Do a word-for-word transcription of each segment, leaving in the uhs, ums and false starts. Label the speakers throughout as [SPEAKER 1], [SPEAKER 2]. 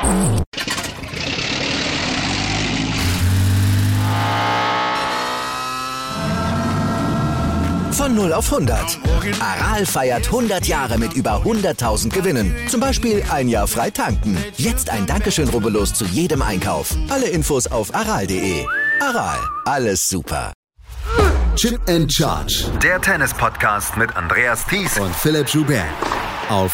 [SPEAKER 1] Von null auf hundert. Aral feiert hundert Jahre mit über hunderttausend Gewinnen. Zum Beispiel ein Jahr frei tanken. Jetzt ein Dankeschön, rubbellos zu jedem Einkauf. Alle Infos auf aral punkt de. Aral, alles super.
[SPEAKER 2] Chip and Charge.
[SPEAKER 3] Der Tennis-Podcast mit Andreas Thies
[SPEAKER 2] und Philipp Joubert. Auf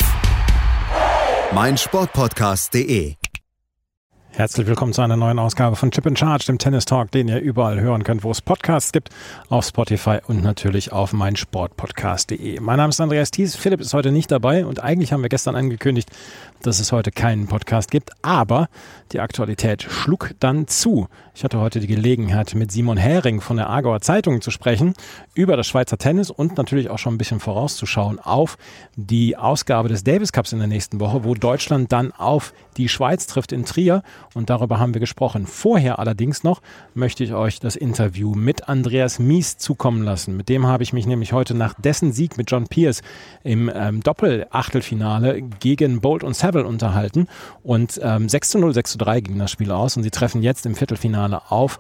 [SPEAKER 2] meinsportpodcast punkt de.
[SPEAKER 4] Herzlich willkommen zu einer neuen Ausgabe von Chip and Charge, dem Tennis Talk, den ihr überall hören könnt, wo es Podcasts gibt, auf Spotify und natürlich auf meinsportpodcast punkt de. Mein Name ist Andreas Thies, Philipp ist heute nicht dabei und eigentlich haben wir gestern angekündigt, dass es heute keinen Podcast gibt, aber die Aktualität schlug dann zu. Ich hatte heute die Gelegenheit, mit Simon Häring von der Aargauer Zeitung zu sprechen über das Schweizer Tennis und natürlich auch schon ein bisschen vorauszuschauen auf die Ausgabe des Davis Cups in der nächsten Woche, wo Deutschland dann auf die Schweiz trifft in Trier. Und darüber haben wir gesprochen. Vorher allerdings noch möchte ich euch das Interview mit Andreas Mies zukommen lassen. Mit dem habe ich mich nämlich heute nach dessen Sieg mit John Peers im ähm, Doppel-Achtelfinale gegen Bolt und Saville unterhalten. Und ähm, sechs zu null, sechs zu drei ging das Spiel aus. Und sie treffen jetzt im Viertelfinale auf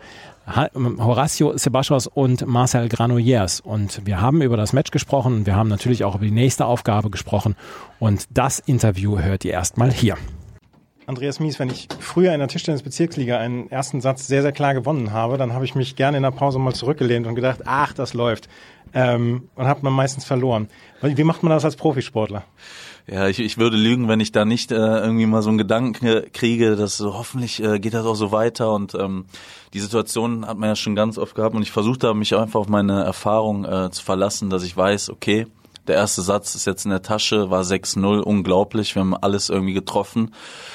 [SPEAKER 4] Horacio Zeballos und Marcel Granollers. Und wir haben über das Match gesprochen und wir haben natürlich auch über die nächste Aufgabe gesprochen. Und das Interview hört ihr erstmal hier. Andreas Mies, wenn ich früher in der Tischtennis-Bezirksliga einen ersten Satz sehr, sehr klar gewonnen habe, dann habe ich mich gerne in der Pause mal zurückgelehnt und gedacht, ach, das läuft. Ähm, und habe man meistens verloren. Wie macht man das als Profisportler?
[SPEAKER 5] Ja, ich, ich würde lügen, wenn ich da nicht äh, irgendwie mal so einen Gedanken kriege, dass so hoffentlich äh, geht das auch so weiter. Und ähm, die Situation hat man ja schon ganz oft gehabt. Und ich versuche da, mich einfach auf meine Erfahrung äh, zu verlassen, dass ich weiß, okay, der erste Satz ist jetzt in der Tasche, war sechs null, unglaublich, wir haben alles irgendwie getroffen.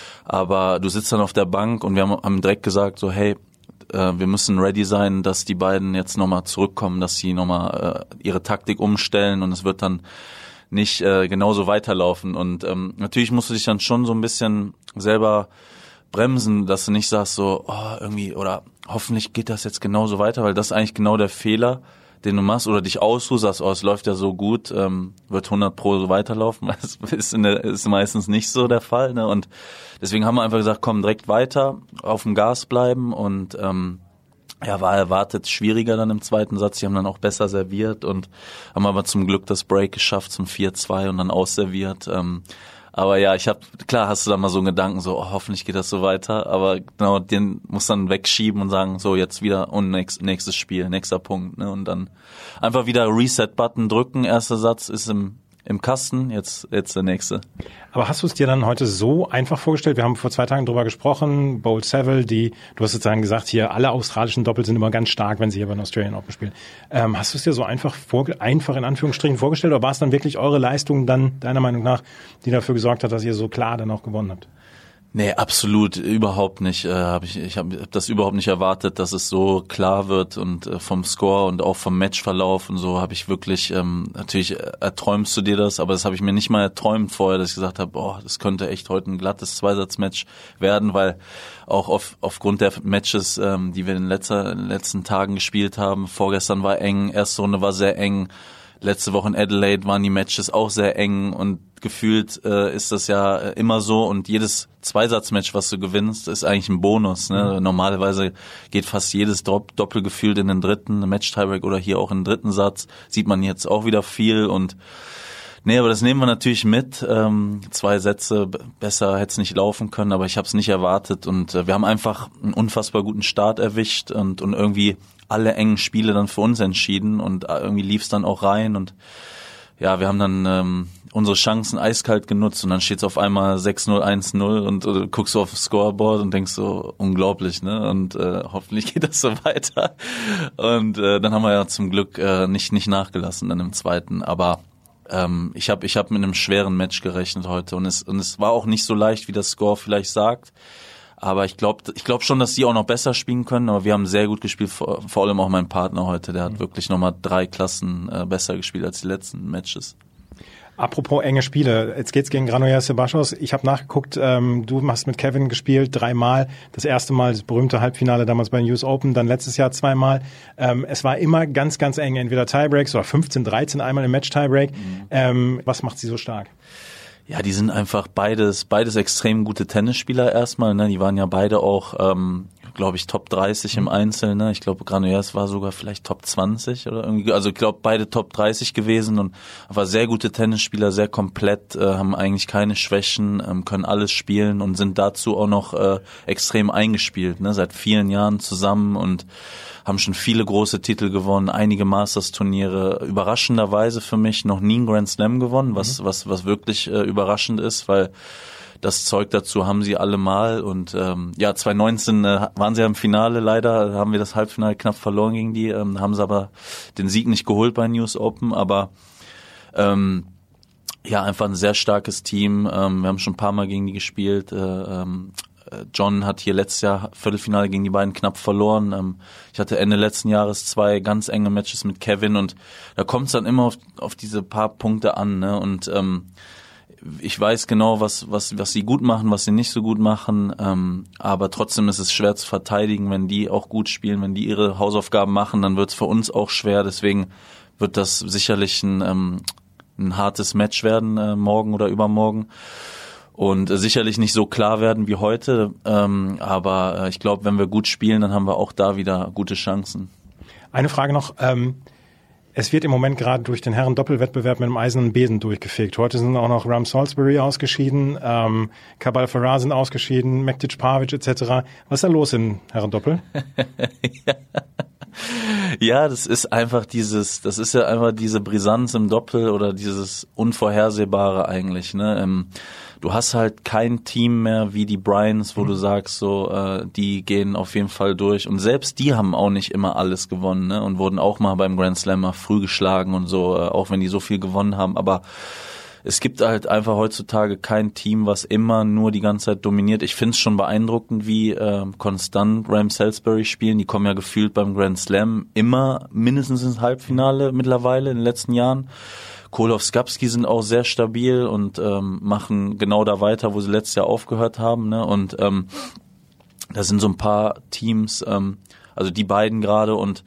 [SPEAKER 5] Aber du sitzt dann auf der Bank und wir haben, haben direkt gesagt, so hey, äh, wir müssen ready sein, dass die beiden jetzt nochmal zurückkommen, dass sie nochmal äh, ihre Taktik umstellen und es wird dann nicht äh, genauso weiterlaufen. Und ähm, natürlich musst du dich dann schon so ein bisschen selber bremsen, dass du nicht sagst so, oh, irgendwie, oder hoffentlich geht das jetzt genauso weiter, weil das ist eigentlich genau der Fehler, den du machst, oder dich ausruhst, sagst, oh, es läuft ja so gut, ähm, wird hundert Pro so weiterlaufen. Das ist, in der, ist meistens nicht so der Fall, ne? Und deswegen haben wir einfach gesagt, komm, direkt weiter, auf dem Gas bleiben und ähm, ja, war erwartet schwieriger dann im zweiten Satz. Die haben dann auch besser serviert und haben aber zum Glück das Break geschafft zum vier zwei und dann ausserviert. Ähm, Aber ja, ich habe, klar hast du da mal so einen Gedanken, so oh, hoffentlich geht das so weiter, aber genau, den muss dann wegschieben und sagen, so jetzt wieder und nächst, nächstes Spiel, nächster Punkt, ne? Und dann einfach wieder Reset-Button drücken, erster Satz ist im im Kasten, jetzt jetzt der nächste.
[SPEAKER 4] Aber hast du es dir dann heute so einfach vorgestellt? Wir haben vor zwei Tagen drüber gesprochen, Bolt Saville, die, du hast sozusagen gesagt, hier alle australischen Doppel sind immer ganz stark, wenn sie hier bei den Australian Open spielen. Ähm, hast du es dir so einfach, vorge- einfach in Anführungsstrichen vorgestellt oder war es dann wirklich eure Leistung dann, deiner Meinung nach, die dafür gesorgt hat, dass ihr so klar dann auch gewonnen habt?
[SPEAKER 5] Nee, absolut überhaupt nicht. Äh, hab ich ich habe hab das überhaupt nicht erwartet, dass es so klar wird und äh, vom Score und auch vom Matchverlauf und so habe ich wirklich, ähm, natürlich erträumst du dir das, aber das habe ich mir nicht mal erträumt vorher, dass ich gesagt habe, oh, das könnte echt heute ein glattes Zweisatzmatch werden, weil auch auf, aufgrund der Matches, ähm, die wir in, letzter, in den letzten Tagen gespielt haben, vorgestern war eng, erste Runde war sehr eng, letzte Woche in Adelaide waren die Matches auch sehr eng und gefühlt äh, ist das ja immer so und jedes Zweisatzmatch, was du gewinnst, ist eigentlich ein Bonus. Ne? Mhm. Normalerweise geht fast jedes Dopp- Doppel gefühlt in den dritten Match-Tiebreak oder hier auch in den dritten Satz. Sieht man jetzt auch wieder viel und nee, aber das nehmen wir natürlich mit. Ähm, zwei Sätze, besser hätte es nicht laufen können, aber ich habe es nicht erwartet und äh, wir haben einfach einen unfassbar guten Start erwischt und, und irgendwie alle engen Spiele dann für uns entschieden und irgendwie lief es dann auch rein und ja, wir haben dann ähm, unsere Chancen eiskalt genutzt und dann steht es auf einmal sechs null, eins null und äh, guckst du auf das Scoreboard und denkst so, unglaublich, ne? Und äh, hoffentlich geht das so weiter. Und äh, dann haben wir ja zum Glück äh, nicht nicht nachgelassen dann im zweiten, aber ähm, ich habe ich hab mit einem schweren Match gerechnet heute und es und es war auch nicht so leicht, wie das Score vielleicht sagt. Aber ich glaube ich glaube schon, dass sie auch noch besser spielen können. Aber wir haben sehr gut gespielt, vor, vor allem auch mein Partner heute. Der hat mhm. wirklich nochmal drei Klassen äh, besser gespielt als die letzten Matches.
[SPEAKER 4] Apropos enge Spiele, jetzt geht's gegen Granollers Zeballos. Ich habe nachgeguckt, ähm, du hast mit Kevin gespielt, dreimal. Das erste Mal das berühmte Halbfinale damals bei den U S Open, dann letztes Jahr zweimal. Ähm, es war immer ganz, ganz eng, entweder Tiebreaks oder fünfzehn dreizehn einmal im Match-Tiebreak. Mhm. Ähm, was macht sie so stark?
[SPEAKER 5] Ja, die sind einfach beides, beides extrem gute Tennisspieler erstmal, ne? Die waren ja beide auch, ähm, glaube ich, Top dreißig im Einzel, ne? Ich glaube, Granollers war sogar vielleicht Top zwanzig oder irgendwie, also ich glaube, beide Top dreißig gewesen und war sehr gute Tennisspieler, sehr komplett, äh, haben eigentlich keine Schwächen, ähm, können alles spielen und sind dazu auch noch äh, extrem eingespielt, ne? Seit vielen Jahren zusammen und haben schon viele große Titel gewonnen, einige Masters-Turniere, überraschenderweise für mich noch nie einen Grand Slam gewonnen, was, mhm. was, was wirklich äh, überraschend ist, weil das Zeug dazu haben sie alle mal und ähm, ja, zwanzig neunzehn äh, waren sie ja im Finale, leider haben wir das Halbfinale knapp verloren gegen die, ähm, haben sie aber den Sieg nicht geholt bei News Open, aber ähm, ja, einfach ein sehr starkes Team, ähm, wir haben schon ein paar Mal gegen die gespielt, äh, ähm, John hat hier letztes Jahr Viertelfinale gegen die beiden knapp verloren. Ähm, ich hatte Ende letzten Jahres zwei ganz enge Matches mit Kevin und da kommt es dann immer auf, auf diese paar Punkte an, ne? Und ähm, ich weiß genau, was was was sie gut machen, was sie nicht so gut machen, ähm, aber trotzdem ist es schwer zu verteidigen, wenn die auch gut spielen, wenn die ihre Hausaufgaben machen, dann wird es für uns auch schwer. Deswegen wird das sicherlich ein, ähm, ein hartes Match werden, äh, morgen oder übermorgen. Und äh, sicherlich nicht so klar werden wie heute, ähm, aber äh, ich glaube, wenn wir gut spielen, dann haben wir auch da wieder gute Chancen.
[SPEAKER 4] Eine Frage noch, ähm, es wird im Moment gerade durch den Herren-Doppelwettbewerb mit dem eisernen Besen durchgefegt. Heute sind auch noch Ram Salisbury ausgeschieden, ähm, Cabal Ferrar sind ausgeschieden, Mektic Pavic et cetera. Was ist da los im Herren-Doppel?
[SPEAKER 5] ja. ja, das ist einfach dieses, das ist ja einfach diese Brisanz im Doppel oder dieses Unvorhersehbare eigentlich, ne? Ähm, Du hast halt kein Team mehr wie die Bryans, wo mhm. du sagst, so äh, die gehen auf jeden Fall durch. Und selbst die haben auch nicht immer alles gewonnen, ne? Und wurden auch mal beim Grand Slam mal früh geschlagen und so, äh, auch wenn die so viel gewonnen haben. Aber es gibt halt einfach heutzutage kein Team, was immer nur die ganze Zeit dominiert. Ich finde es schon beeindruckend, wie äh, konstant Ram Salisbury spielen. Die kommen ja gefühlt beim Grand Slam immer mindestens ins Halbfinale mittlerweile in den letzten Jahren. Koloff, Skapski sind auch sehr stabil und ähm, machen genau da weiter, wo sie letztes Jahr aufgehört haben, ne? Und ähm, da sind so ein paar Teams, ähm, also die beiden gerade und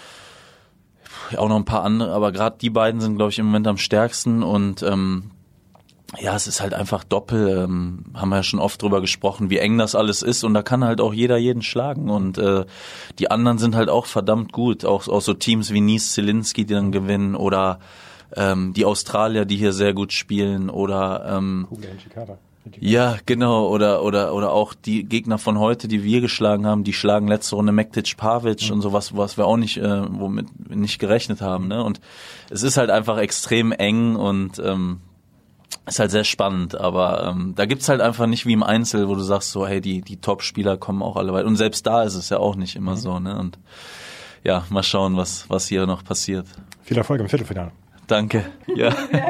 [SPEAKER 5] auch noch ein paar andere, aber gerade die beiden sind, glaube ich, im Moment am stärksten und ähm, ja, es ist halt einfach Doppel, ähm, haben wir ja schon oft drüber gesprochen, wie eng das alles ist und da kann halt auch jeder jeden schlagen und äh, die anderen sind halt auch verdammt gut, auch, auch so Teams wie Nice Zielinski, die dann gewinnen oder Ähm, die Australier, die hier sehr gut spielen oder ähm, ja, genau, oder oder oder auch die Gegner von heute, die wir geschlagen haben, die schlagen letzte Runde Mektic Pavic mhm. und sowas, was wir auch nicht äh, womit wir nicht gerechnet haben, ne? Und es ist halt einfach extrem eng und ähm, ist halt sehr spannend, aber ähm, da gibt's halt einfach nicht wie im Einzel, wo du sagst so, hey, die die Top-Spieler kommen auch alle weit und selbst da ist es ja auch nicht immer mhm. so, ne? Und ja, mal schauen, was was hier noch passiert.
[SPEAKER 4] Viel Erfolg im Viertelfinale.
[SPEAKER 5] Danke. Ja.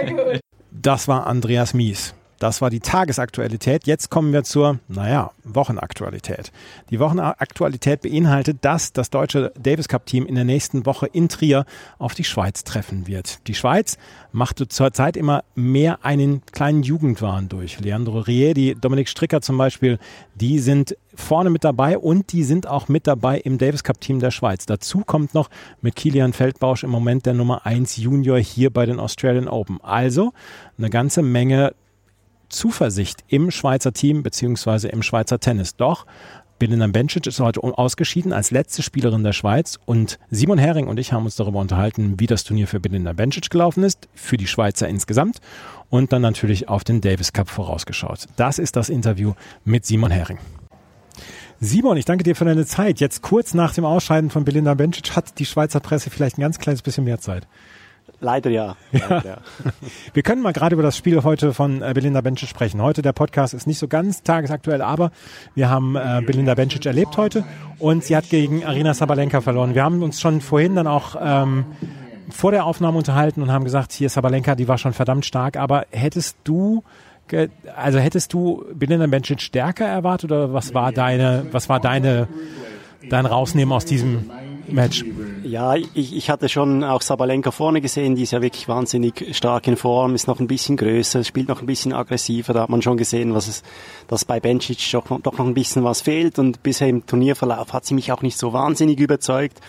[SPEAKER 4] Das war Andreas Mies. Das war die Tagesaktualität. Jetzt kommen wir zur, naja, Wochenaktualität. Die Wochenaktualität beinhaltet, dass das deutsche Davis Cup Team in der nächsten Woche in Trier auf die Schweiz treffen wird. Die Schweiz machte zurzeit immer mehr einen kleinen Jugendwahn durch. Leandro Riedi, Dominik Stricker zum Beispiel, die sind vorne mit dabei und die sind auch mit dabei im Davis Cup Team der Schweiz. Dazu kommt noch mit Kilian Feldbausch im Moment der Nummer eins Junior hier bei den Australian Open. Also eine ganze Menge Zuversicht im Schweizer Team beziehungsweise im Schweizer Tennis. Doch Belinda Bencic ist heute ausgeschieden als letzte Spielerin der Schweiz und Simon Hering und ich haben uns darüber unterhalten, wie das Turnier für Belinda Bencic gelaufen ist, für die Schweizer insgesamt und dann natürlich auf den Davis Cup vorausgeschaut. Das ist das Interview mit Simon Hering. Simon, ich danke dir für deine Zeit. Jetzt kurz nach dem Ausscheiden von Belinda Bencic hat die Schweizer Presse vielleicht ein ganz kleines bisschen mehr Zeit.
[SPEAKER 6] Leider ja. Leider, ja.
[SPEAKER 4] Wir können mal gerade über das Spiel heute von äh, Belinda Bencic sprechen. Heute der Podcast ist nicht so ganz tagesaktuell, aber wir haben äh, Belinda Bencic erlebt heute und sie hat gegen Aryna Sabalenka verloren. Wir haben uns schon vorhin dann auch ähm, vor der Aufnahme unterhalten und haben gesagt, hier Sabalenka, die war schon verdammt stark, aber hättest du ge- also hättest du Belinda Bencic stärker erwartet oder was war deine was war deine dein Rausnehmen aus diesem Match?
[SPEAKER 6] Ja, ich, ich hatte schon auch Sabalenka vorne gesehen, die ist ja wirklich wahnsinnig stark in Form, ist noch ein bisschen größer, spielt noch ein bisschen aggressiver, da hat man schon gesehen, was es, dass bei Bencic doch, doch noch ein bisschen was fehlt und bisher im Turnierverlauf hat sie mich auch nicht so wahnsinnig überzeugt.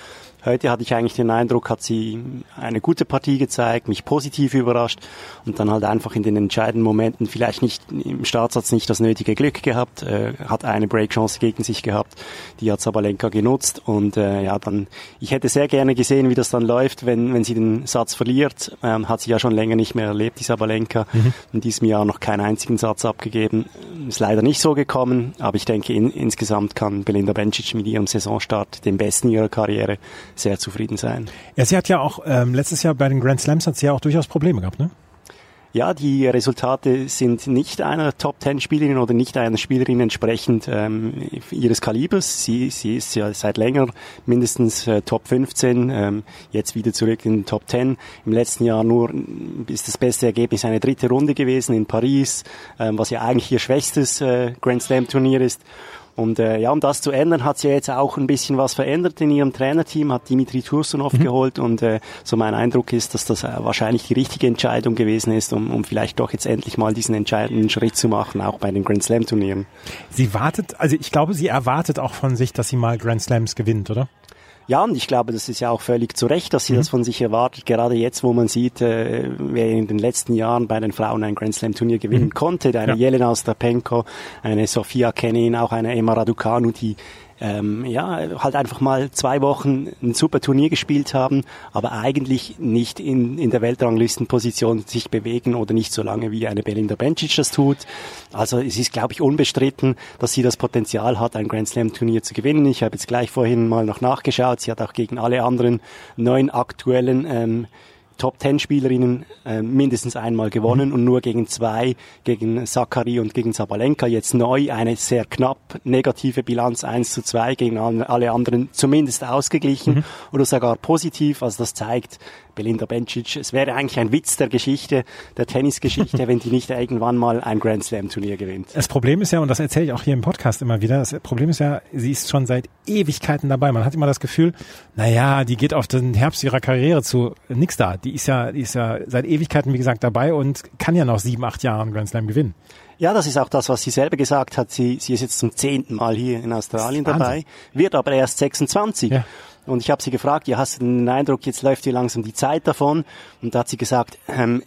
[SPEAKER 6] Heute hatte ich eigentlich den Eindruck, hat sie eine gute Partie gezeigt, mich positiv überrascht und dann halt einfach in den entscheidenden Momenten vielleicht nicht im Startsatz nicht das nötige Glück gehabt, äh, hat eine Breakchance gegen sich gehabt, die hat Sabalenka genutzt und äh, ja, dann, ich hätte sehr gerne gesehen, wie das dann läuft, wenn wenn sie den Satz verliert, ähm, hat sie ja schon länger nicht mehr erlebt, die Sabalenka, mhm. in diesem Jahr noch keinen einzigen Satz abgegeben, ist leider nicht so gekommen, aber ich denke, in, insgesamt kann Belinda Bencic mit ihrem Saisonstart, dem besten ihrer Karriere, sehr zufrieden sein.
[SPEAKER 4] Ja, sie hat ja auch, ähm, letztes Jahr bei den Grand Slams hat sie ja auch durchaus Probleme gehabt, ne?
[SPEAKER 6] Ja, die Resultate sind nicht einer Top-Ten-Spielerin oder nicht einer Spielerin entsprechend ähm, ihres Kalibers. Sie, sie ist ja seit länger mindestens äh, Top fünfzehn, ähm, jetzt wieder zurück in den Top zehn. Im letzten Jahr nur ist das beste Ergebnis eine dritte Runde gewesen in Paris, ähm, was ja eigentlich ihr schwächstes äh, Grand Slam-Turnier ist. Und äh, ja, um das zu ändern, hat sie jetzt auch ein bisschen was verändert in ihrem Trainerteam, hat Dimitri Tursunov mhm. geholt und äh, so mein Eindruck ist, dass das äh, wahrscheinlich die richtige Entscheidung gewesen ist, um, um vielleicht doch jetzt endlich mal diesen entscheidenden Schritt zu machen, auch bei den Grand Slam Turnieren.
[SPEAKER 4] Sie wartet, also ich glaube, sie erwartet auch von sich, dass sie mal Grand Slams gewinnt, oder?
[SPEAKER 6] Ja, und ich glaube, das ist ja auch völlig zu Recht, dass sie mhm. das von sich erwartet. Gerade jetzt, wo man sieht, äh, wer in den letzten Jahren bei den Frauen ein Grand Slam Turnier gewinnen mhm. konnte, eine ja. Jelena Ostapenko, eine Sofia Kenin, auch eine Emma Raducanu, die ähm, ja halt einfach mal zwei Wochen ein super Turnier gespielt haben, aber eigentlich nicht in in der Weltranglistenposition sich bewegen oder nicht so lange wie eine Belinda Bencic das tut. Also es ist, glaube ich, unbestritten, dass sie das Potenzial hat, ein Grand Slam Turnier zu gewinnen. Ich habe jetzt gleich vorhin mal noch nachgeschaut. Sie hat auch gegen alle anderen neun aktuellen ähm, Top-Ten-Spielerinnen äh, mindestens einmal gewonnen mhm. und nur gegen zwei, gegen Sakkari und gegen Sabalenka, jetzt neu eine sehr knapp negative Bilanz eins zu zwei gegen alle anderen zumindest ausgeglichen mhm. oder sogar positiv. Also das zeigt, Belinda Bencic, es wäre eigentlich ein Witz der Geschichte, der Tennisgeschichte, wenn die nicht irgendwann mal ein Grand Slam Turnier gewinnt.
[SPEAKER 4] Das Problem ist ja, und das erzähle ich auch hier im Podcast immer wieder, das Problem ist ja, sie ist schon seit Ewigkeiten dabei. Man hat immer das Gefühl, naja, die geht auf den Herbst ihrer Karriere zu, nix da. Die ist ja, die ist ja seit Ewigkeiten, wie gesagt, dabei und kann ja noch sieben, acht Jahre einen Grand Slam gewinnen.
[SPEAKER 6] Ja, das ist auch das, was sie selber gesagt hat. Sie, sie ist jetzt zum zehnten Mal hier in Australien dabei, wird aber erst sechsundzwanzig. Ja. Und ich habe sie gefragt, ja, hast du den Eindruck, jetzt läuft dir langsam die Zeit davon? Und da hat sie gesagt, ähm,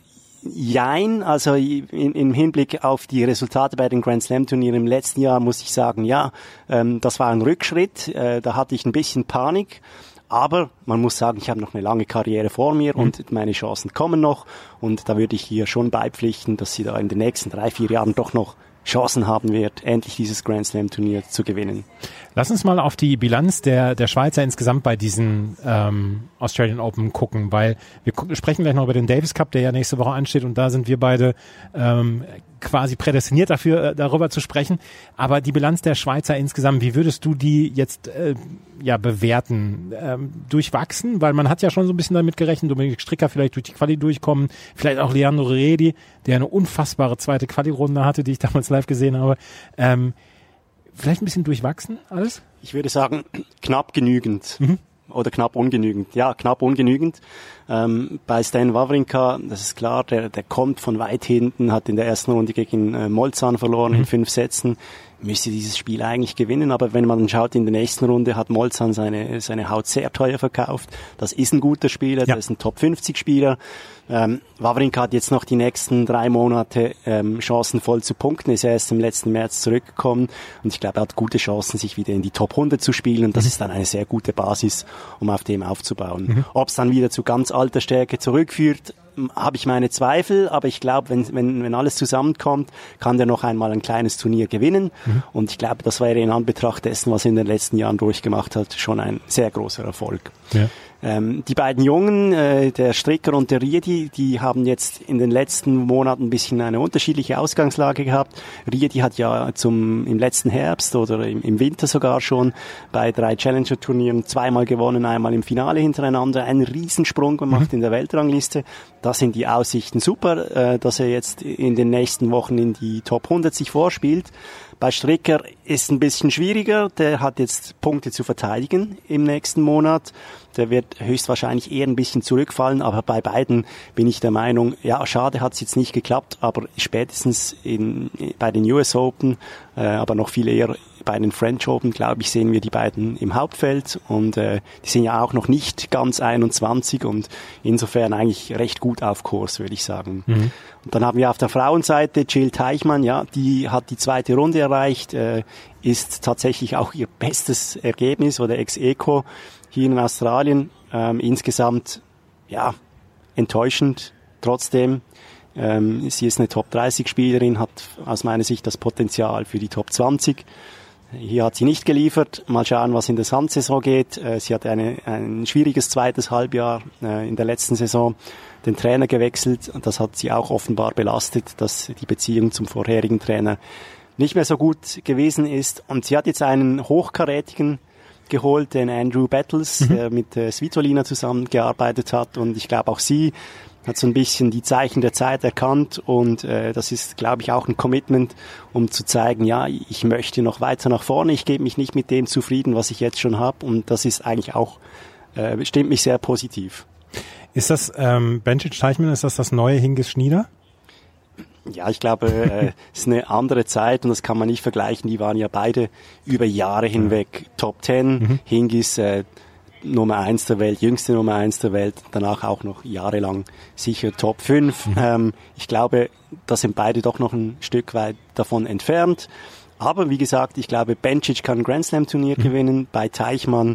[SPEAKER 6] jein, also in, im Hinblick auf die Resultate bei den Grand Slam Turnieren im letzten Jahr muss ich sagen, ja, ähm, das war ein Rückschritt, äh, da hatte ich ein bisschen Panik. Aber man muss sagen, ich habe noch eine lange Karriere vor mir mhm. und meine Chancen kommen noch. Und da würde ich hier schon beipflichten, dass sie da in den nächsten drei, vier Jahren doch noch Chancen haben wird, endlich dieses Grand Slam Turnier zu gewinnen.
[SPEAKER 4] Lass uns mal auf die Bilanz der der Schweizer insgesamt bei diesen ähm, Australian Open gucken, weil wir gu- sprechen gleich noch über den Davis Cup, der ja nächste Woche ansteht und da sind wir beide ähm, quasi prädestiniert dafür, äh, darüber zu sprechen. Aber die Bilanz der Schweizer insgesamt, wie würdest du die jetzt äh, ja bewerten? Ähm, durchwachsen, weil man hat ja schon so ein bisschen damit gerechnet, Dominik Stricker vielleicht durch die Quali durchkommen, vielleicht auch Leandro Redi, der eine unfassbare zweite Quali-Runde hatte, die ich damals live gesehen habe. Ähm, vielleicht ein bisschen durchwachsen alles?
[SPEAKER 6] Ich würde sagen, knapp genügend.
[SPEAKER 4] Mhm.
[SPEAKER 6] Oder knapp ungenügend. Ja, knapp ungenügend. Ähm, bei Stan Wawrinka, das ist klar, der, der kommt von weit hinten, hat in der ersten Runde gegen äh, Molzan verloren mhm. in fünf Sätzen. Müsste dieses Spiel eigentlich gewinnen, aber wenn man schaut, in der nächsten Runde hat Molzan seine seine Haut sehr teuer verkauft. Das ist ein guter Spieler, ja. Das ist ein Top fünfzig Spieler. Ähm, Wawrinka hat jetzt noch die nächsten drei Monate ähm, Chancen voll zu punkten, ist erst im letzten März zurückgekommen und ich glaube, er hat gute Chancen, sich wieder in die Top hundert zu spielen und das mhm. ist dann eine sehr gute Basis, um auf dem aufzubauen. Mhm. Ob es dann wieder zu ganz alter Stärke zurückführt, habe ich meine Zweifel, aber ich glaube, wenn, wenn, wenn alles zusammenkommt, kann der noch einmal ein kleines Turnier gewinnen mhm. und ich glaube, das wäre in Anbetracht dessen, was er in den letzten Jahren durchgemacht hat, schon ein sehr großer Erfolg. Ja. Ähm, die beiden Jungen, äh, der Stricker und der Riedi, die haben jetzt in den letzten Monaten ein bisschen eine unterschiedliche Ausgangslage gehabt. Riedi hat ja zum im letzten Herbst oder im, im Winter sogar schon bei drei Challenger-Turnieren zweimal gewonnen, einmal im Finale hintereinander, einen Riesensprung gemacht mhm. in der Weltrangliste. Da sind die Aussichten super, äh, dass er jetzt in den nächsten Wochen in die Top hundert sich vorspielt. Bei Stricker ist ein bisschen schwieriger. Der hat jetzt Punkte zu verteidigen im nächsten Monat. Der wird wird höchstwahrscheinlich eher ein bisschen zurückfallen, aber bei beiden bin ich der Meinung, ja, schade hat es jetzt nicht geklappt, aber spätestens in, bei den U S Open, äh, aber noch viel eher bei den French Open, glaube ich, sehen wir die beiden im Hauptfeld und äh, die sind ja auch noch nicht ganz einundzwanzig und insofern eigentlich recht gut auf Kurs, würde ich sagen. Mhm. Und dann haben wir auf der Frauenseite Jil Teichmann, ja, die hat die zweite Runde erreicht, äh, ist tatsächlich auch ihr bestes Ergebnis oder Ex-Equo hier in Australien. Ähm, insgesamt, ja, enttäuschend trotzdem. Ähm, sie ist eine Top dreißig Spielerin, hat aus meiner Sicht das Potenzial für die Top zwanzig. Hier hat sie nicht geliefert. Mal schauen, was in der Sandsaison geht. Sie hat eine, ein schwieriges zweites Halbjahr in der letzten Saison den Trainer gewechselt. Das hat sie auch offenbar belastet, dass die Beziehung zum vorherigen Trainer nicht mehr so gut gewesen ist. Und sie hat jetzt einen Hochkarätigen geholt, den Andrew Battles, mhm. der mit Svitolina zusammengearbeitet hat. Und ich glaube, auch sie hat so ein bisschen die Zeichen der Zeit erkannt und äh, das ist, glaube ich, auch ein Commitment, um zu zeigen, ja, ich möchte noch weiter nach vorne, ich gebe mich nicht mit dem zufrieden, was ich jetzt schon habe und das ist eigentlich auch, äh, stimmt mich sehr positiv.
[SPEAKER 4] Ist das, ähm, Bencic Teichmann, ist das das neue Hingis Schnieder?
[SPEAKER 6] Ja, ich glaube, äh, es ist eine andere Zeit und das kann man nicht vergleichen, die waren ja beide über Jahre hinweg Top Ten, mhm. Hingis äh, Nummer eins der Welt, jüngste Nummer eins der Welt, danach auch noch jahrelang sicher Top fünf. Mhm. Ähm, ich glaube, da sind beide doch noch ein Stück weit davon entfernt. Aber wie gesagt, ich glaube, Bencic kann ein Grand Slam Turnier mhm. gewinnen. Bei Teichmann,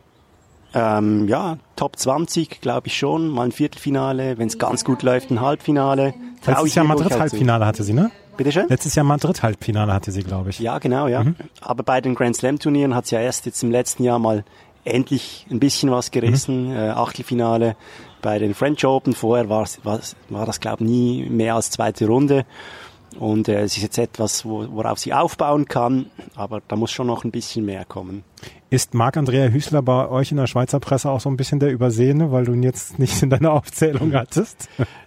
[SPEAKER 6] ähm, ja, Top zwanzig, glaube ich schon. Mal ein Viertelfinale, wenn es ganz gut läuft, ein Halbfinale.
[SPEAKER 4] Letztes Jahr Madrid-Halbfinale hatte sie, ne?
[SPEAKER 6] Bitte schön?
[SPEAKER 4] Letztes Jahr Madrid-Halbfinale hatte sie, glaube ich.
[SPEAKER 6] Ja, genau, ja. Mhm. Aber bei den Grand Slam Turnieren hat sie ja erst jetzt im letzten Jahr mal endlich ein bisschen was gerissen, mhm. äh, Achtelfinale bei den French Open. Vorher war, war, war das, glaube ich, nie mehr als zweite Runde. Und äh, es ist jetzt etwas, wo, worauf sie aufbauen kann, aber da muss schon noch ein bisschen mehr kommen.
[SPEAKER 4] Ist Marc-Andrea Hüßler bei euch in der Schweizer Presse auch so ein bisschen der Übersehene, weil du ihn jetzt nicht in deiner Aufzählung hattest?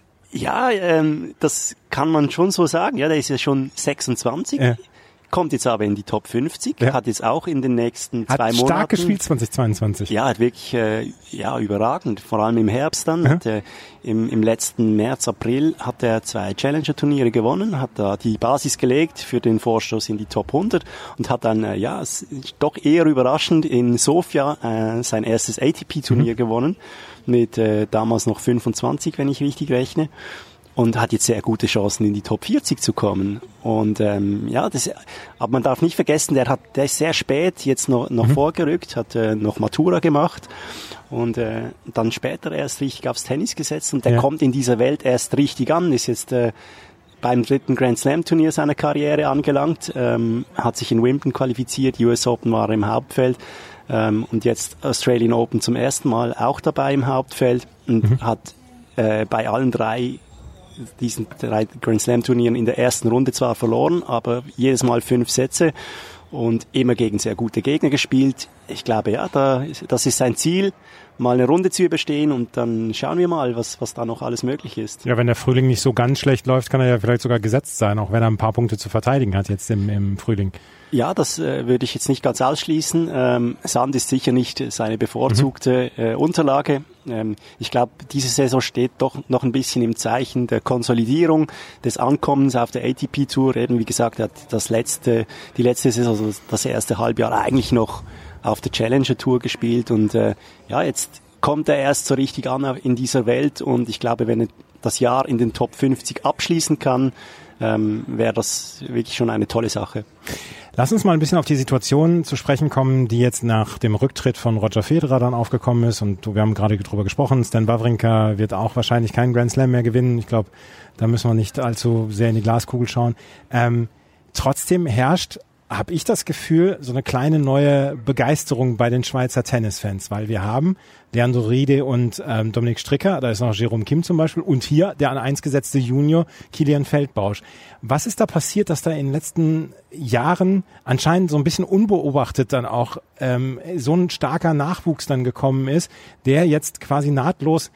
[SPEAKER 6] Ja, ähm, das kann man schon so sagen. Ja, der ist ja schon sechsundzwanzig. Ja. Kommt jetzt aber in die Top fünfzig, ja. Hat jetzt auch in den nächsten
[SPEAKER 4] hat
[SPEAKER 6] zwei Monaten...
[SPEAKER 4] Hat stark gespielt zweitausendzweiundzwanzig.
[SPEAKER 6] Ja, hat wirklich äh, ja überragend, vor allem im Herbst dann. Ja. Hat, äh, im, Im letzten März, April hat er zwei Challenger-Turniere gewonnen, hat da die Basis gelegt für den Vorstoß in die Top hundert und hat dann, äh, ja, doch eher überraschend in Sofia äh, sein erstes A T P-Turnier mhm. gewonnen, mit äh, damals noch fünfundzwanzig, wenn ich richtig rechne. Und hat jetzt sehr gute Chancen, in die Top vierzig zu kommen. Und ähm, ja, das, aber man darf nicht vergessen, der hat, der ist sehr spät jetzt noch, noch mhm. vorgerückt, hat äh, noch Matura gemacht und äh, dann später erst richtig aufs Tennis gesetzt. Und der ja. kommt in dieser Welt erst richtig an, ist jetzt äh, beim dritten Grand Slam Turnier seiner Karriere angelangt, ähm, hat sich in Wimbledon qualifiziert, U S Open war im Hauptfeld. Ähm, und jetzt Australian Open zum ersten Mal auch dabei im Hauptfeld und mhm. hat äh, bei allen drei diesen drei Grand Slam Turnieren in der ersten Runde zwar verloren, aber jedes Mal fünf Sätze und immer gegen sehr gute Gegner gespielt. Ich glaube, ja, da, das ist sein Ziel, mal eine Runde zu überstehen und dann schauen wir mal, was, was da noch alles möglich ist.
[SPEAKER 4] Ja, wenn der Frühling nicht so ganz schlecht läuft, kann er ja vielleicht sogar gesetzt sein, auch wenn er ein paar Punkte zu verteidigen hat jetzt im, im Frühling.
[SPEAKER 6] Ja, das äh, würde ich jetzt nicht ganz ausschließen. Ähm, Sand ist sicher nicht seine bevorzugte mhm. äh, Unterlage. Ähm, ich glaube, diese Saison steht doch noch ein bisschen im Zeichen der Konsolidierung, des Ankommens auf der A T P Tour. Eben, wie gesagt, er hat das letzte, die letzte Saison, also das erste Halbjahr eigentlich noch auf der Challenger Tour gespielt und äh, ja, jetzt kommt er erst so richtig an in dieser Welt und ich glaube, wenn er das Jahr in den Top fünfzig abschließen kann, ähm, wäre das wirklich schon eine tolle Sache.
[SPEAKER 4] Lass uns mal ein bisschen auf die Situation zu sprechen kommen, die jetzt nach dem Rücktritt von Roger Federer dann aufgekommen ist. Und wir haben gerade drüber gesprochen, Stan Wawrinka wird auch wahrscheinlich keinen Grand Slam mehr gewinnen. Ich glaube, da müssen wir nicht allzu sehr in die Glaskugel schauen. Ähm, trotzdem herrscht, habe ich das Gefühl, so eine kleine neue Begeisterung bei den Schweizer Tennisfans, weil wir haben Leandro Riede und ähm, Dominik Stricker, da ist noch Jerome Kim zum Beispiel und hier der an eins gesetzte Junior Kilian Feldbausch. Was ist da passiert, dass da in den letzten Jahren anscheinend so ein bisschen unbeobachtet dann auch ähm, so ein starker Nachwuchs dann gekommen ist, der jetzt quasi nahtlos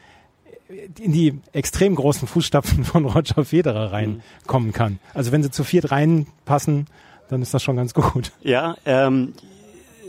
[SPEAKER 4] in die extrem großen Fußstapfen von Roger Federer reinkommen kann? Also wenn sie zu viert reinpassen, dann ist das schon ganz gut.
[SPEAKER 6] Ja, ähm,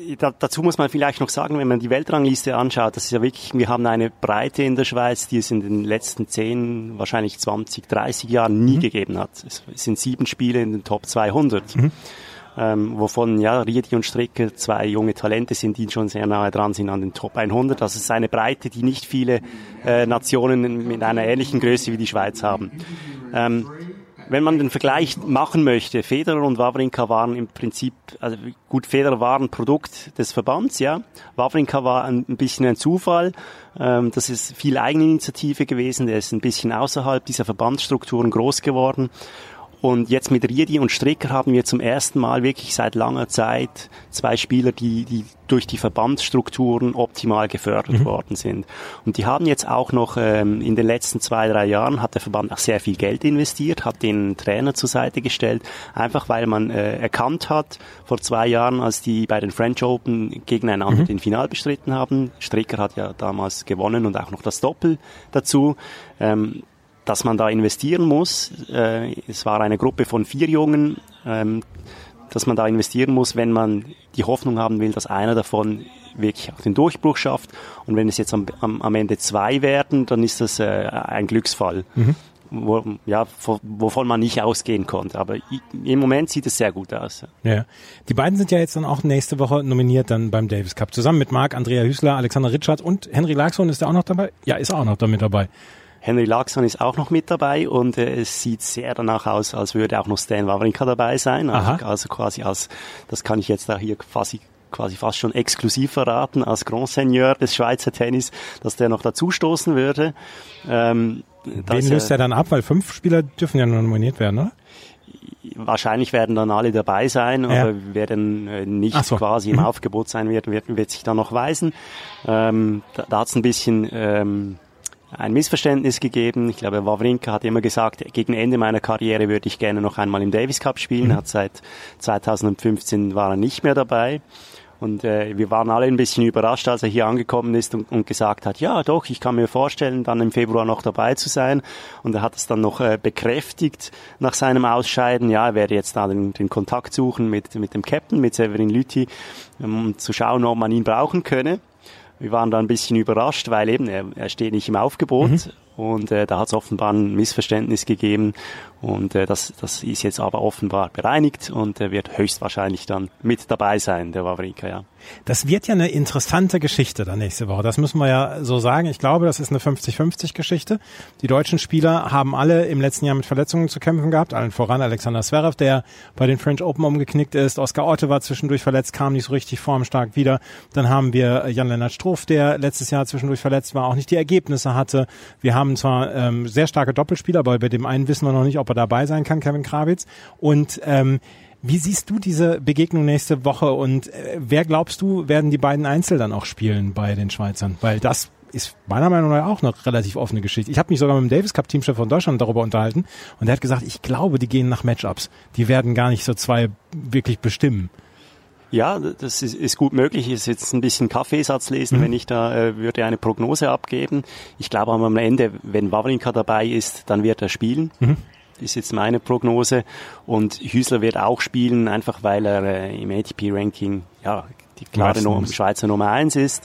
[SPEAKER 6] Da, dazu muss man vielleicht noch sagen, wenn man die Weltrangliste anschaut, das ist ja wirklich, wir haben eine Breite in der Schweiz, die es in den letzten zehn, wahrscheinlich zwanzig, dreißig Jahren nie mhm. gegeben hat. Es sind sieben Spiele in den Top zweihundert. Mhm. Ähm, wovon ja Riedi und Stricker zwei junge Talente sind, die schon sehr nahe dran sind an den Top hundert. Das ist eine Breite, die nicht viele äh, Nationen mit einer ähnlichen Größe wie die Schweiz haben. Ähm, wenn man den Vergleich machen möchte, Federer und Wawrinka waren im Prinzip, also gut, Federer war ein Produkt des Verbands, ja. Wawrinka war ein, ein bisschen ein Zufall. Ähm, das ist viel Eigeninitiative gewesen. Der ist ein bisschen außerhalb dieser Verbandsstrukturen groß geworden. Und jetzt mit Riedi und Stricker haben wir zum ersten Mal wirklich seit langer Zeit zwei Spieler, die, die durch die Verbandsstrukturen optimal gefördert mhm. worden sind. Und die haben jetzt auch noch ähm, in den letzten zwei, drei Jahren hat der Verband auch sehr viel Geld investiert, hat den einen Trainer zur Seite gestellt, einfach weil man äh, erkannt hat, vor zwei Jahren, als die bei den French Open gegeneinander mhm. den Final bestritten haben, Stricker hat ja damals gewonnen und auch noch das Doppel dazu, ähm, dass man da investieren muss. Äh, es war eine Gruppe von vier Jungen, ähm, dass man da investieren muss, wenn man die Hoffnung haben will, dass einer davon wirklich auch den Durchbruch schafft. Und wenn es jetzt am, am, am Ende zwei werden, dann ist das äh, ein Glücksfall, mhm. wo, ja, wovon man nicht ausgehen konnte. Aber im Moment sieht es sehr gut aus.
[SPEAKER 4] Ja. Die beiden sind ja jetzt dann auch nächste Woche nominiert dann beim Davis Cup. Zusammen mit Marc-Andrea Hüsler, Alexander Ritschard und Henry Laaksonen. Ist der auch noch dabei? Ja, ist auch noch damit dabei.
[SPEAKER 6] Henry Laaksonen ist auch noch mit dabei und äh, es sieht sehr danach aus, als würde auch noch Stan Wawrinka dabei sein. Also, also quasi als, das kann ich jetzt da hier quasi, quasi fast schon exklusiv verraten, als Grand Seigneur des Schweizer Tennis, dass der noch dazustoßen würde. Ähm,
[SPEAKER 4] Wen löst er dann ab? Weil fünf Spieler dürfen ja nur nominiert werden, oder?
[SPEAKER 6] Wahrscheinlich werden dann alle dabei sein, ja. aber wer dann äh, nicht so. quasi im mhm. Aufgebot sein wird, wird, wird sich dann noch weisen. Ähm, da da hat es ein bisschen... Ähm, ein Missverständnis gegeben. Ich glaube, Wawrinka hat immer gesagt, gegen Ende meiner Karriere würde ich gerne noch einmal im Davis Cup spielen. Mhm. Hat seit zweitausendfünfzehn war er nicht mehr dabei. Und äh, wir waren alle ein bisschen überrascht, als er hier angekommen ist und, und gesagt hat, ja doch, ich kann mir vorstellen, dann im Februar noch dabei zu sein. Und er hat es dann noch äh, bekräftigt nach seinem Ausscheiden. Ja, er werde jetzt da den, den Kontakt suchen mit, mit dem Captain, mit Severin Lüthi, um zu schauen, ob man ihn brauchen könne. Wir waren da ein bisschen überrascht, weil eben er, er steht nicht im Aufgebot mhm. und äh, da hat es offenbar ein Missverständnis gegeben und äh, das, das ist jetzt aber offenbar bereinigt und er wird höchstwahrscheinlich dann mit dabei sein, der Wawrinka, ja.
[SPEAKER 4] Das wird ja eine interessante Geschichte dann nächste Woche. Das müssen wir ja so sagen. Ich glaube, das ist eine fünfzig fünfzig Geschichte. Die deutschen Spieler haben alle im letzten Jahr mit Verletzungen zu kämpfen gehabt. Allen voran Alexander Zverev, der bei den French Open umgeknickt ist. Oskar Otte war zwischendurch verletzt, kam nicht so richtig formstark wieder. Dann haben wir Jan-Lennart Struff, der letztes Jahr zwischendurch verletzt war, auch nicht die Ergebnisse hatte. Wir haben zwar ähm, sehr starke Doppelspieler, aber bei dem einen wissen wir noch nicht, ob er dabei sein kann, Kevin Krawitz. Und ähm, wie siehst du diese Begegnung nächste Woche und äh, wer glaubst du, werden die beiden Einzel dann auch spielen bei den Schweizern? Weil das ist meiner Meinung nach auch eine relativ offene Geschichte. Ich habe mich sogar mit dem Davis Cup Teamchef von Deutschland darüber unterhalten und der hat gesagt, ich glaube, die gehen nach Matchups. Die werden gar nicht so zwei wirklich bestimmen.
[SPEAKER 6] Ja, das ist, ist gut möglich. Ich ist jetzt ein bisschen Kaffeesatz lesen, mhm. wenn ich da äh, würde eine Prognose abgeben. Ich glaube am Ende, wenn Wawrinka dabei ist, dann wird er spielen. Mhm. Ist jetzt meine Prognose. Und Hüsler wird auch spielen, einfach weil er äh, im A T P-Ranking ja die klare no- Schweizer Nummer eins ist.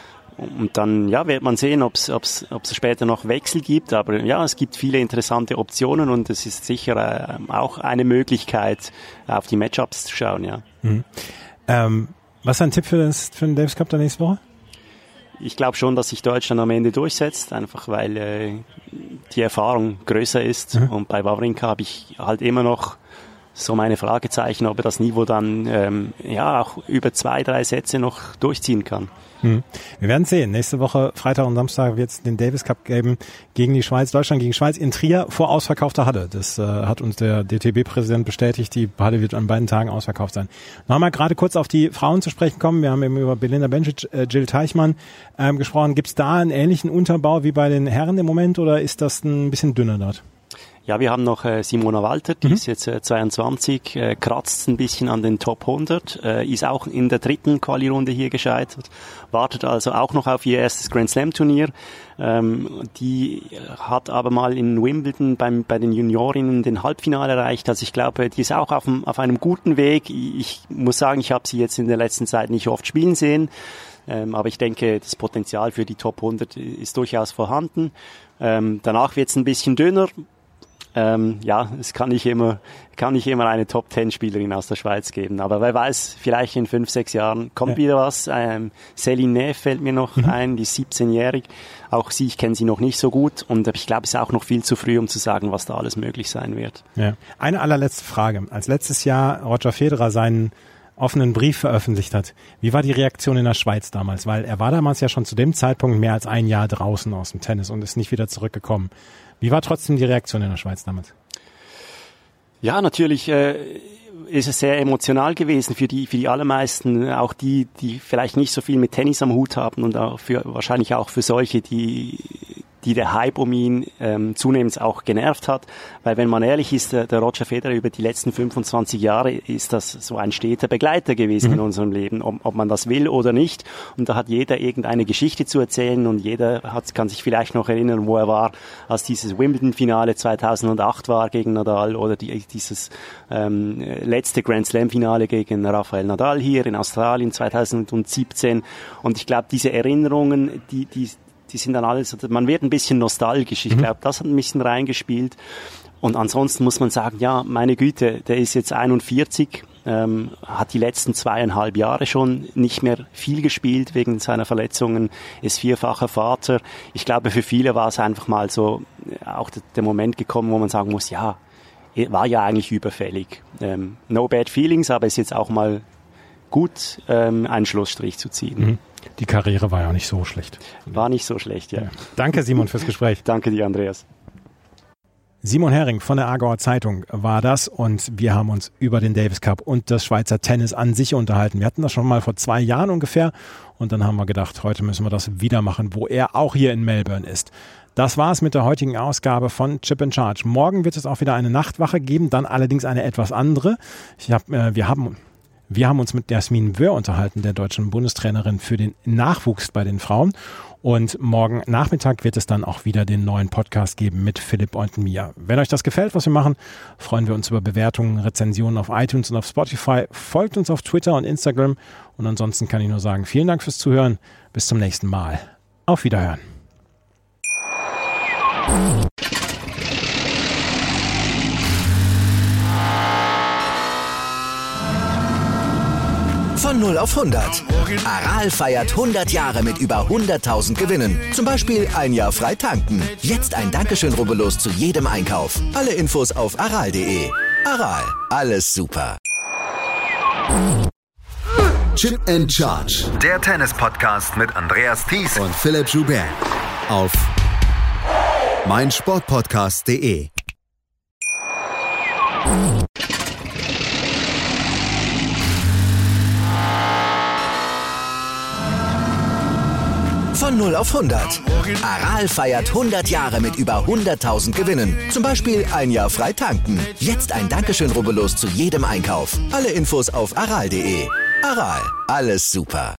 [SPEAKER 6] Und dann ja wird man sehen, ob es ob's, ob's später noch Wechsel gibt. Aber ja, es gibt viele interessante Optionen und es ist sicher äh, auch eine Möglichkeit, auf die Matchups zu schauen. Ja.
[SPEAKER 4] Mhm. Ähm, was ist ein Tipp für, das, für den Davis Cup der nächste Woche?
[SPEAKER 6] Ich glaube schon, dass sich Deutschland am Ende durchsetzt, einfach weil äh, die Erfahrung größer ist. Mhm. Und bei Wawrinka habe ich halt immer noch so meine Fragezeichen, ob er das Niveau dann ähm, ja auch über zwei, drei Sätze noch durchziehen kann.
[SPEAKER 4] Hm. Wir werden sehen. Nächste Woche, Freitag und Samstag, wird es den Davis Cup geben gegen die Schweiz, Deutschland gegen Schweiz in Trier vor ausverkaufter Halle. Das äh, hat uns der D T B-Präsident bestätigt. Die Halle wird an beiden Tagen ausverkauft sein. Noch einmal gerade kurz auf die Frauen zu sprechen kommen. Wir haben eben über Belinda Bencic, äh, Jill Teichmann ähm, gesprochen. Gibt es da einen ähnlichen Unterbau wie bei den Herren im Moment oder ist das ein bisschen dünner dort?
[SPEAKER 6] Ja, wir haben noch äh, Simona Walter, die
[SPEAKER 4] mhm.
[SPEAKER 6] ist jetzt äh, zweiundzwanzig, äh, kratzt ein bisschen an den Top hundert, äh, ist auch in der dritten Quali-Runde hier gescheitert, wartet also auch noch auf ihr erstes Grand Slam Turnier. Ähm, die hat aber mal in Wimbledon beim, bei den Juniorinnen den Halbfinale erreicht. Also ich glaube, die ist auch auf, dem, auf einem guten Weg. Ich muss sagen, ich habe sie jetzt in der letzten Zeit nicht oft spielen sehen. Ähm, aber ich denke, das Potenzial für die Top hundert ist durchaus vorhanden. Ähm, danach wird es ein bisschen dünner. Ähm, ja, es kann nicht immer, kann nicht immer eine Top zehn Spielerin aus der Schweiz geben. Aber wer weiß, vielleicht in fünf, sechs Jahren kommt ja. wieder was. Ähm, Céline Neff fällt mir noch mhm. ein, die ist siebzehnjährig. Auch sie, ich kenne sie noch nicht so gut. Und ich glaube, es ist auch noch viel zu früh, um zu sagen, was da alles möglich sein wird.
[SPEAKER 4] Ja. Eine allerletzte Frage. Als letztes Jahr Roger Federer seinen offenen Brief veröffentlicht hat, wie war die Reaktion in der Schweiz damals? Weil er war damals ja schon zu dem Zeitpunkt mehr als ein Jahr draußen aus dem Tennis und ist nicht wieder zurückgekommen. Wie war trotzdem die Reaktion in der Schweiz damals?
[SPEAKER 6] Ja, natürlich äh, ist es sehr emotional gewesen für die für die allermeisten, auch die, die vielleicht nicht so viel mit Tennis am Hut haben und auch für wahrscheinlich auch für solche, die die der Hype um ihn ähm, zunehmend auch genervt hat. Weil wenn man ehrlich ist, der, der Roger Federer über die letzten fünfundzwanzig Jahre ist das so ein steter Begleiter gewesen mhm. in unserem Leben, ob, ob man das will oder nicht. Und da hat jeder irgendeine Geschichte zu erzählen und jeder hat, kann sich vielleicht noch erinnern, wo er war, als dieses Wimbledon-Finale zweitausendacht war gegen Nadal oder die, dieses ähm, letzte Grand Slam-Finale gegen Rafael Nadal hier in Australien zweitausendsiebzehn. Und ich glaube, diese Erinnerungen, die, die die sind dann alles, man wird ein bisschen nostalgisch. Ich glaube, das hat ein bisschen reingespielt. Und ansonsten muss man sagen, ja, meine Güte, der ist jetzt einundvierzig, ähm, hat die letzten zweieinhalb Jahre schon nicht mehr viel gespielt wegen seiner Verletzungen, ist vierfacher Vater. Ich glaube, für viele war es einfach mal so auch der, der Moment gekommen, wo man sagen muss, ja, war ja eigentlich überfällig. Ähm, no bad feelings, aber ist jetzt auch mal gut, ähm, einen Schlussstrich zu ziehen.
[SPEAKER 4] Mhm. Die Karriere war ja nicht so schlecht.
[SPEAKER 6] War nicht so schlecht, ja. ja.
[SPEAKER 4] Danke, Simon, fürs Gespräch.
[SPEAKER 6] Danke dir, Andreas.
[SPEAKER 4] Simon Hering von der Aargauer Zeitung war das und wir haben uns über den Davis Cup und das Schweizer Tennis an sich unterhalten. Wir hatten das schon mal vor zwei Jahren ungefähr und dann haben wir gedacht, heute müssen wir das wieder machen, wo er auch hier in Melbourne ist. Das war's mit der heutigen Ausgabe von Chip in Charge. Morgen wird es auch wieder eine Nachtwache geben, dann allerdings eine etwas andere. Ich hab, äh, wir haben... Wir haben uns mit Jasmin Wöhr unterhalten, der deutschen Bundestrainerin für den Nachwuchs bei den Frauen. Und morgen Nachmittag wird es dann auch wieder den neuen Podcast geben mit Philipp und mir. Wenn euch das gefällt, was wir machen, freuen wir uns über Bewertungen, Rezensionen auf iTunes und auf Spotify. Folgt uns auf Twitter und Instagram. Und ansonsten kann ich nur sagen, vielen Dank fürs Zuhören. Bis zum nächsten Mal. Auf Wiederhören.
[SPEAKER 1] Von null auf hundert. Aral feiert hundert Jahre mit über hunderttausend Gewinnen. Zum Beispiel ein Jahr frei tanken. Jetzt ein Dankeschön, rubbellos zu jedem Einkauf. Alle Infos auf aral punkt de. Aral, alles super.
[SPEAKER 2] Chip and Charge.
[SPEAKER 3] Der Tennis-Podcast mit Andreas Thies
[SPEAKER 2] und Philipp Joubert. Auf meinsportpodcast punkt de.
[SPEAKER 1] Von null auf hundert. Aral feiert hundert Jahre mit über hunderttausend Gewinnen. Zum Beispiel ein Jahr frei tanken. Jetzt ein Dankeschön, rubbellos zu jedem Einkauf. Alle Infos auf aral punkt de. Aral, alles super.